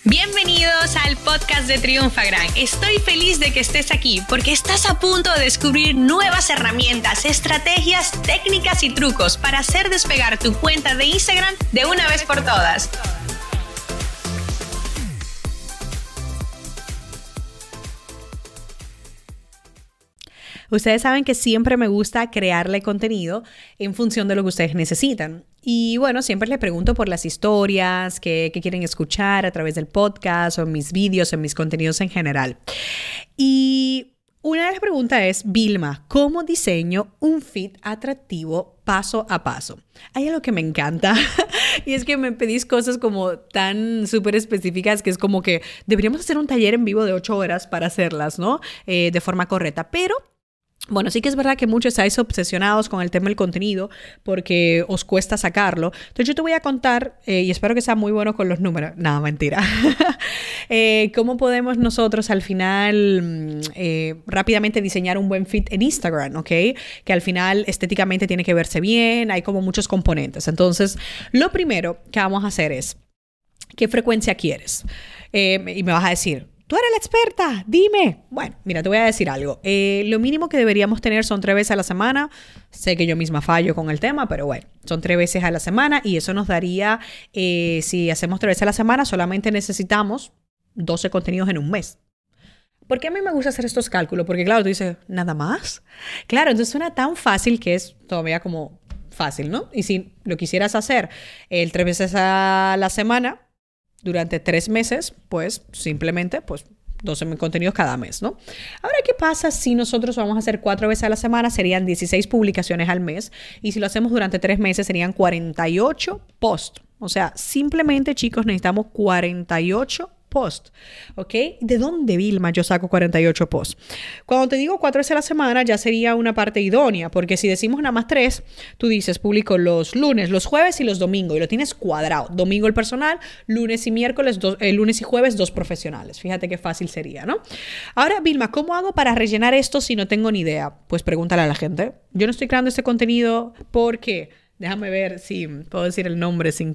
Bienvenidos al podcast de Triunfagran. Estoy feliz de que estés aquí porque estás a punto de descubrir nuevas herramientas, estrategias, técnicas y trucos para hacer despegar tu cuenta de Instagram de una vez por todas. Ustedes saben que siempre me gusta crearle contenido en función de lo que ustedes necesitan. Y bueno, siempre les pregunto por las historias, qué quieren escuchar a través del podcast o en mis vídeos, en mis contenidos en general. Y una de las preguntas es, Vilma, ¿cómo diseño un feed atractivo paso a paso? Hay algo que me encanta y es que me pedís cosas como tan súper específicas que es como que deberíamos hacer un taller en vivo de 8 horas para hacerlas, ¿no? De forma correcta, pero bueno, sí que es verdad que muchos estáis obsesionados con el tema del contenido porque os cuesta sacarlo. Entonces yo te voy a contar, y espero que sea muy bueno con los números. No, mentira. Cómo podemos nosotros al final rápidamente diseñar un buen feed en Instagram, ¿ok? Que al final estéticamente tiene que verse bien, hay como muchos componentes. Entonces, lo primero que vamos a hacer es, ¿qué frecuencia quieres? Y me vas a decir, tú eres la experta, dime. Bueno, mira, te voy a decir algo. Lo mínimo que deberíamos tener son 3 veces a la semana. Sé que yo misma fallo con el tema, pero bueno, son 3 veces a la semana y eso nos daría, si hacemos 3 veces a la semana, solamente necesitamos 12 contenidos en un mes. ¿Por qué a mí me gusta hacer estos cálculos? Porque claro, tú dices, ¿nada más? Claro, entonces suena tan fácil que es todavía como fácil, ¿no? Y si lo quisieras hacer 3 veces a la semana, durante 3 meses, pues simplemente 12 contenidos cada mes, ¿no? Ahora, ¿qué pasa si nosotros vamos a hacer 4 veces a la semana? Serían 16 publicaciones al mes. Y si lo hacemos durante 3 meses, serían 48 posts. O sea, simplemente, chicos, necesitamos 48 posts, ¿ok? ¿De dónde, Vilma, yo saco 48 posts? Cuando te digo 4 veces a la semana, ya sería una parte idónea, porque si decimos nada más 3, tú dices, publico los lunes, los jueves y los domingos, y lo tienes cuadrado. Domingo el personal, lunes y miércoles, lunes y jueves, 2 profesionales. Fíjate qué fácil sería, ¿no? Ahora, Vilma, ¿cómo hago para rellenar esto si no tengo ni idea? Pues pregúntale a la gente. Yo no estoy creando este contenido porque... Déjame ver si puedo decir el nombre sin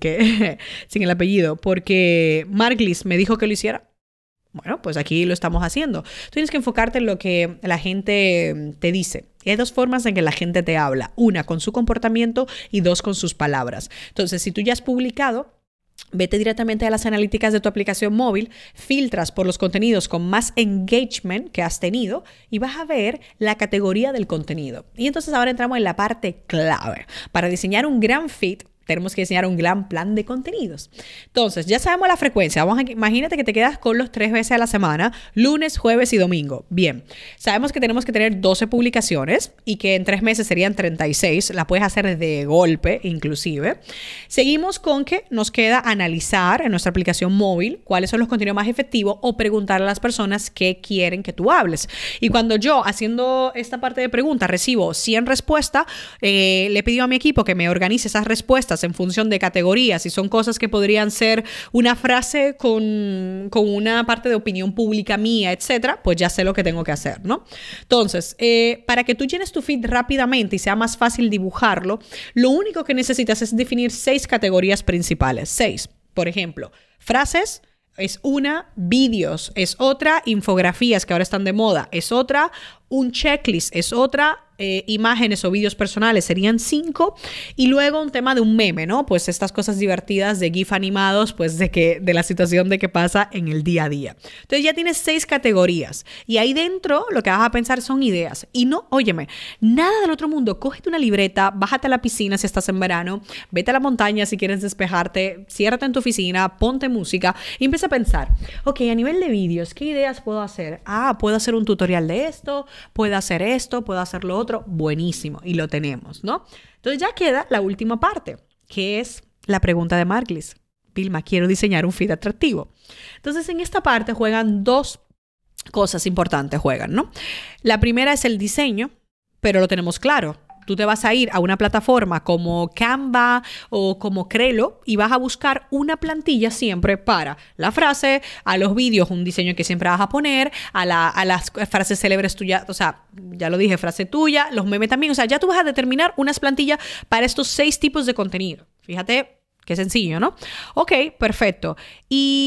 el apellido. Porque Marglis me dijo que lo hiciera. Bueno, pues aquí lo estamos haciendo. Tú tienes que enfocarte en lo que la gente te dice. Y hay 2 formas en que la gente te habla. Una, con su comportamiento y 2, con sus palabras. Entonces, si tú ya has publicado, vete directamente a las analíticas de tu aplicación móvil, filtras por los contenidos con más engagement que has tenido y vas a ver la categoría del contenido. Y entonces ahora entramos en la parte clave. Para diseñar un gran feed, tenemos que diseñar un gran plan de contenidos. Entonces, ya sabemos la frecuencia. Imagínate que te quedas con los 3 veces a la semana, lunes, jueves y domingo. Bien, sabemos que tenemos que tener 12 publicaciones y que en 3 meses serían 36. La puedes hacer de golpe, inclusive. Seguimos con que nos queda analizar en nuestra aplicación móvil cuáles son los contenidos más efectivos o preguntar a las personas qué quieren que tú hables. Y cuando yo, haciendo esta parte de preguntas, recibo 100 respuestas, le he pedido a mi equipo que me organice esas respuestas en función de categorías y son cosas que podrían ser una frase con una parte de opinión pública mía, etcétera, pues ya sé lo que tengo que hacer, ¿no? Entonces, para que tú llenes tu feed rápidamente y sea más fácil dibujarlo, lo único que necesitas es definir 6 categorías principales. 6. Por ejemplo, frases es una, vídeos es otra, infografías que ahora están de moda es otra, un checklist es otra, imágenes o vídeos personales serían 5 y luego un tema de un meme, ¿no? Pues estas cosas divertidas de GIF animados, pues de la situación de qué pasa en el día a día. Entonces ya tienes 6 categorías y ahí dentro lo que vas a pensar son ideas y no, óyeme, nada del otro mundo. Cógete una libreta, bájate a la piscina si estás en verano, vete a la montaña si quieres despejarte, ciérrate en tu oficina, ponte música y empieza a pensar, ok, a nivel de vídeos, ¿qué ideas puedo hacer? Puedo hacer un tutorial de esto, puedo hacer esto, puedo hacer lo otro. Buenísimo, y lo tenemos, ¿no? Entonces ya queda la última parte, que es la pregunta de Marglis. Vilma, quiero diseñar un feed atractivo. Entonces en esta parte juegan 2 cosas importantes, ¿no? La primera es el diseño, pero lo tenemos claro. Tú te vas a ir a una plataforma como Canva o como Trello y vas a buscar una plantilla siempre para la frase, a los vídeos, un diseño que siempre vas a poner, a las frases célebres tuyas, o sea, ya lo dije, frase tuya, los memes también, o sea, ya tú vas a determinar unas plantillas para estos 6 tipos de contenido. Fíjate qué sencillo, ¿no? Ok, perfecto. Y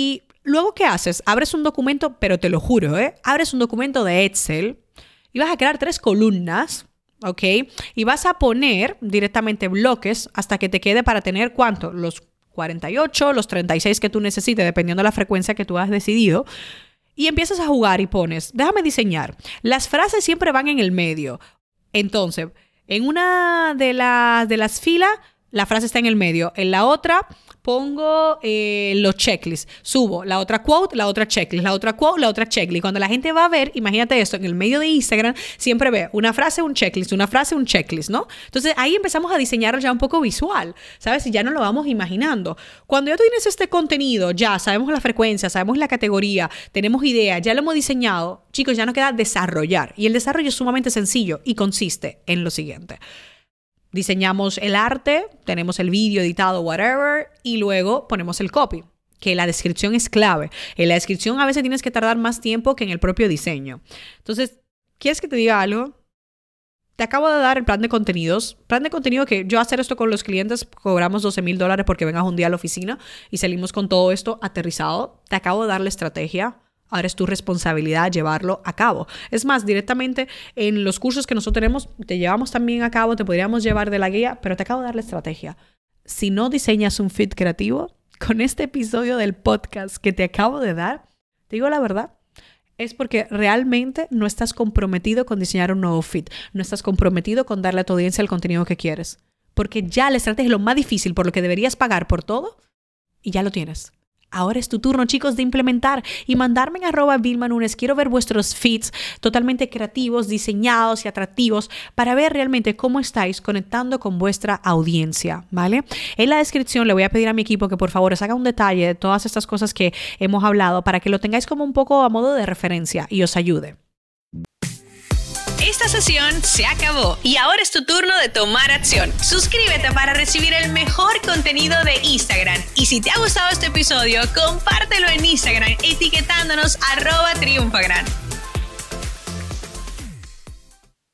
Luego, ¿qué haces? Abres un documento, pero te lo juro, abres un documento de Excel y vas a crear 3 columnas, ¿ok? Y vas a poner directamente bloques hasta que te quede para tener, ¿cuánto? Los 48, los 36 que tú necesites, dependiendo de la frecuencia que tú has decidido. Y empiezas a jugar y pones, déjame diseñar. Las frases siempre van en el medio. Entonces, en una de las filas, la frase está en el medio. En la otra, pongo los checklists. Subo la otra quote, la otra checklist, la otra quote, la otra checklist. Cuando la gente va a ver, imagínate esto, en el medio de Instagram, siempre ve una frase, un checklist, una frase, un checklist, ¿no? Entonces, ahí empezamos a diseñar ya un poco visual, ¿sabes? Y ya no lo vamos imaginando. Cuando ya tú tienes este contenido, ya sabemos la frecuencia, sabemos la categoría, tenemos idea, ya lo hemos diseñado, chicos, ya nos queda desarrollar. Y el desarrollo es sumamente sencillo y consiste en lo siguiente. Diseñamos el arte, tenemos el vídeo editado, whatever, y luego ponemos el copy, que la descripción es clave. En la descripción a veces tienes que tardar más tiempo que en el propio diseño. Entonces, ¿quieres que te diga algo? Te acabo de dar el plan de contenidos. Plan de contenido que yo hacer esto con los clientes, cobramos $12,000 porque vengas un día a la oficina y salimos con todo esto aterrizado. Te acabo de dar la estrategia. Ahora es tu responsabilidad llevarlo a cabo. Es más, directamente en los cursos que nosotros tenemos, te llevamos también a cabo, te podríamos llevar de la guía, pero te acabo de dar la estrategia. Si no diseñas un feed creativo, con este episodio del podcast que te acabo de dar, te digo la verdad, es porque realmente no estás comprometido con diseñar un nuevo feed. No estás comprometido con darle a tu audiencia el contenido que quieres. Porque ya la estrategia es lo más difícil, por lo que deberías pagar por todo, y ya lo tienes. Ahora es tu turno, chicos, de implementar y mandarme en @vilmanunes. Quiero ver vuestros feeds totalmente creativos, diseñados y atractivos para ver realmente cómo estáis conectando con vuestra audiencia, ¿vale? En la descripción le voy a pedir a mi equipo que por favor os haga un detalle de todas estas cosas que hemos hablado para que lo tengáis como un poco a modo de referencia y os ayude. Esta sesión se acabó y ahora es tu turno de tomar acción. Suscríbete para recibir el mejor contenido de Instagram. Y si te ha gustado este episodio, compártelo en Instagram etiquetándonos @triunfagran.